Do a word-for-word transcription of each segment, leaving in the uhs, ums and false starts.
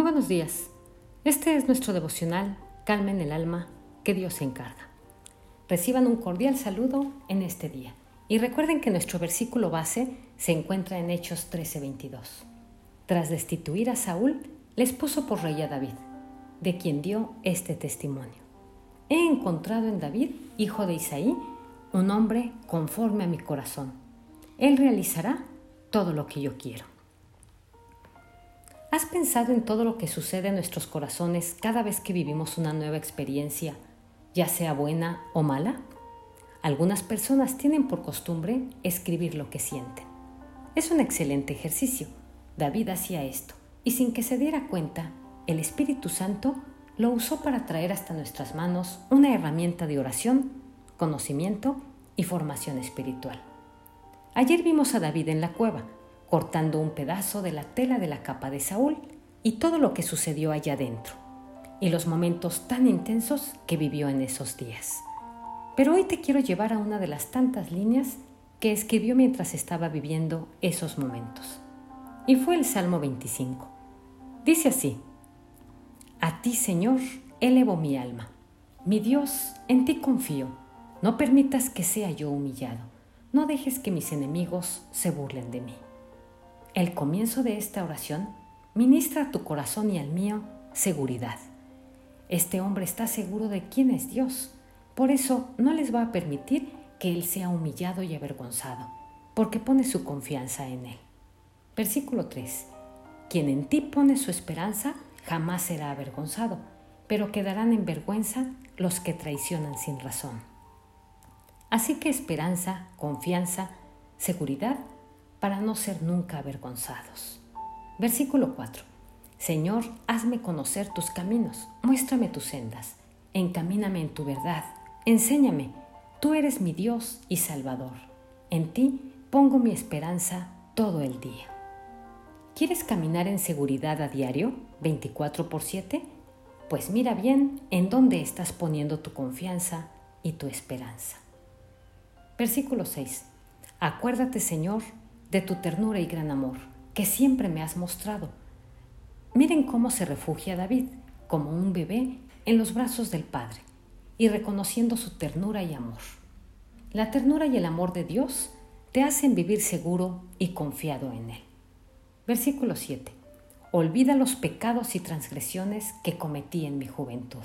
Muy buenos días. Este es nuestro devocional Calma en el alma que Dios se encarga. Reciban un cordial saludo en este día. Y recuerden que nuestro versículo base se encuentra en Hechos trece veintidós. Tras destituir a Saúl, les puso por rey a David, de quien dio este testimonio. He encontrado en David, hijo de Isaí, un hombre conforme a mi corazón. Él realizará todo lo que yo quiero. ¿Has pensado en todo lo que sucede en nuestros corazones cada vez que vivimos una nueva experiencia, ya sea buena o mala? Algunas personas tienen por costumbre escribir lo que sienten. Es un excelente ejercicio. David hacía esto, y sin que se diera cuenta, el Espíritu Santo lo usó para traer hasta nuestras manos una herramienta de oración, conocimiento y formación espiritual. Ayer vimos a David en la cueva, cortando un pedazo de la tela de la capa de Saúl y todo lo que sucedió allá adentro, y los momentos tan intensos que vivió en esos días. Pero hoy te quiero llevar a una de las tantas líneas que escribió mientras estaba viviendo esos momentos. Y fue el Salmo veinticinco. Dice así: A ti, Señor, elevo mi alma. Mi Dios, en ti confío. No permitas que sea yo humillado. No dejes que mis enemigos se burlen de mí. El comienzo de esta oración ministra a tu corazón y al mío seguridad. Este hombre está seguro de quién es Dios. Por eso no les va a permitir que él sea humillado y avergonzado, porque pone su confianza en él. Versículo tres. Quien en ti pone su esperanza jamás será avergonzado, pero quedarán en vergüenza los que traicionan sin razón. Así que esperanza, confianza, seguridad, para no ser nunca avergonzados. Versículo cuatro. Señor, hazme conocer tus caminos, muéstrame tus sendas, encamíname en tu verdad, enséñame, tú eres mi Dios y Salvador. En ti pongo mi esperanza todo el día. ¿Quieres caminar en seguridad a diario, veinticuatro por siete? Pues mira bien en dónde estás poniendo tu confianza y tu esperanza. Versículo seis. Acuérdate, Señor, de tu ternura y gran amor, que siempre me has mostrado. Miren cómo se refugia David, como un bebé en los brazos del Padre, y reconociendo su ternura y amor. La ternura y el amor de Dios te hacen vivir seguro y confiado en Él. Versículo siete. Olvida los pecados y transgresiones que cometí en mi juventud.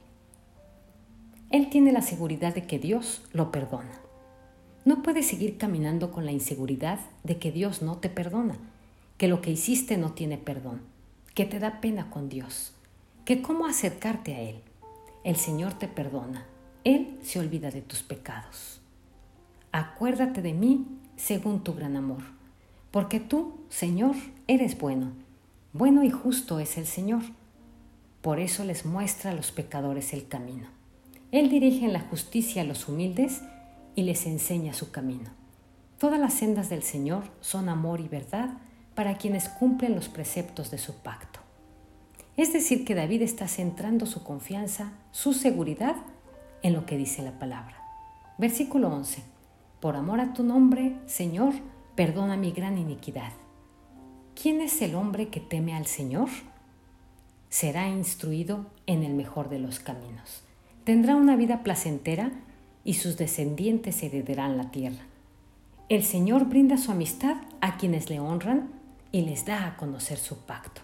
Él tiene la seguridad de que Dios lo perdona. No puedes seguir caminando con la inseguridad de que Dios no te perdona, que lo que hiciste no tiene perdón, que te da pena con Dios, que cómo acercarte a Él. El Señor te perdona, Él se olvida de tus pecados. Acuérdate de mí según tu gran amor, porque tú, Señor, eres bueno, bueno y justo es el Señor. Por eso les muestra a los pecadores el camino. Él dirige en la justicia a los humildes y les enseña su camino. Todas las sendas del Señor son amor y verdad para quienes cumplen los preceptos de su pacto. Es decir, que David está centrando su confianza, su seguridad, en lo que dice la palabra. Versículo once. Por amor a tu nombre, Señor, perdona mi gran iniquidad. ¿Quién es el hombre que teme al Señor? Será instruido en el mejor de los caminos. Tendrá una vida placentera y sus descendientes heredarán la tierra. El Señor brinda su amistad a quienes le honran y les da a conocer su pacto.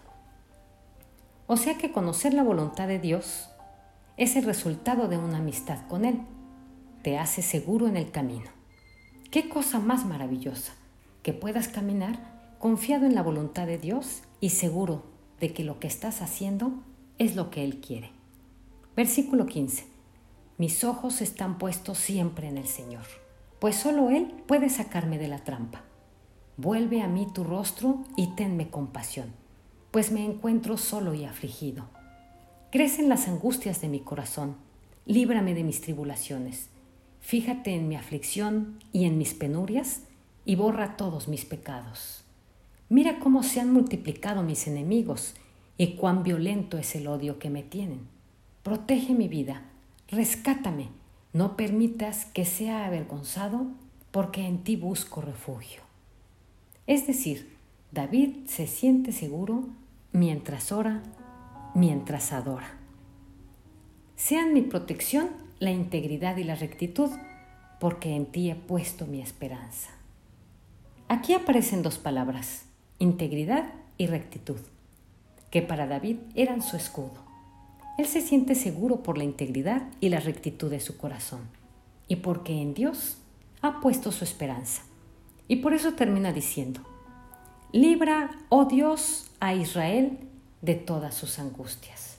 O sea que conocer la voluntad de Dios es el resultado de una amistad con Él. Te hace seguro en el camino. ¿Qué cosa más maravillosa? Que puedas caminar confiado en la voluntad de Dios y seguro de que lo que estás haciendo es lo que Él quiere. Versículo quince. Mis ojos están puestos siempre en el Señor, pues solo Él puede sacarme de la trampa. Vuelve a mí tu rostro y tenme compasión, pues me encuentro solo y afligido. Crecen las angustias de mi corazón, líbrame de mis tribulaciones. Fíjate en mi aflicción y en mis penurias y borra todos mis pecados. Mira cómo se han multiplicado mis enemigos y cuán violento es el odio que me tienen. Protege mi vida. Rescátame, no permitas que sea avergonzado, porque en ti busco refugio. Es decir, David se siente seguro mientras ora mientras adora. Sean mi protección la integridad y la rectitud, porque en ti he puesto mi esperanza. Aquí aparecen dos palabras, integridad y rectitud, que para David eran su escudo. Él se siente seguro por la integridad y la rectitud de su corazón, y porque en Dios ha puesto su esperanza. Y por eso termina diciendo, libra, oh Dios, a Israel de todas sus angustias.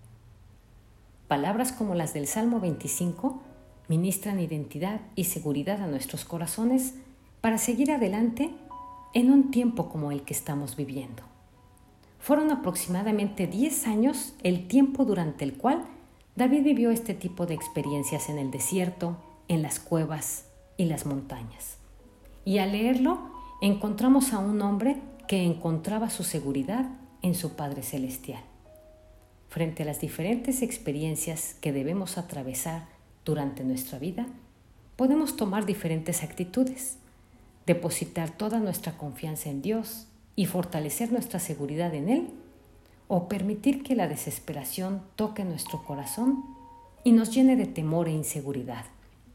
Palabras como las del Salmo veinticinco ministran identidad y seguridad a nuestros corazones para seguir adelante en un tiempo como el que estamos viviendo. Fueron aproximadamente diez años el tiempo durante el cual David vivió este tipo de experiencias en el desierto, en las cuevas y las montañas. Y al leerlo, encontramos a un hombre que encontraba su seguridad en su Padre Celestial. Frente a las diferentes experiencias que debemos atravesar durante nuestra vida, podemos tomar diferentes actitudes, depositar toda nuestra confianza en Dios y fortalecer nuestra seguridad en Él, o permitir que la desesperación toque nuestro corazón y nos llene de temor e inseguridad.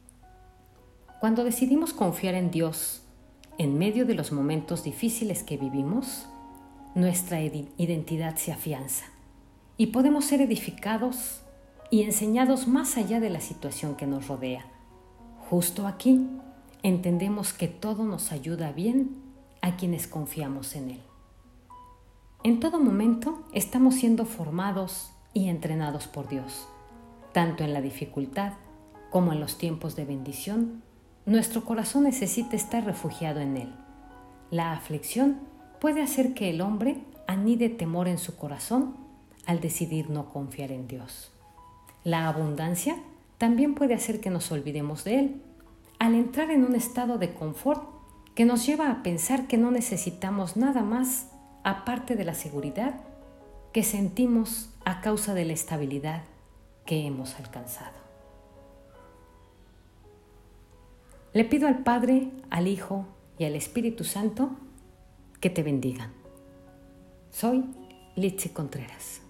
Cuando decidimos confiar en Dios en medio de los momentos difíciles que vivimos, nuestra identidad se afianza y podemos ser edificados y enseñados más allá de la situación que nos rodea. Justo aquí entendemos que todo nos ayuda bien a quienes confiamos en Él. En todo momento estamos siendo formados y entrenados por Dios. Tanto en la dificultad como en los tiempos de bendición, nuestro corazón necesita estar refugiado en Él. La aflicción puede hacer que el hombre anide temor en su corazón al decidir no confiar en Dios. La abundancia también puede hacer que nos olvidemos de Él, al entrar en un estado de confort que nos lleva a pensar que no necesitamos nada más aparte de la seguridad que sentimos a causa de la estabilidad que hemos alcanzado. Le pido al Padre, al Hijo y al Espíritu Santo que te bendigan. Soy Litsi Contreras.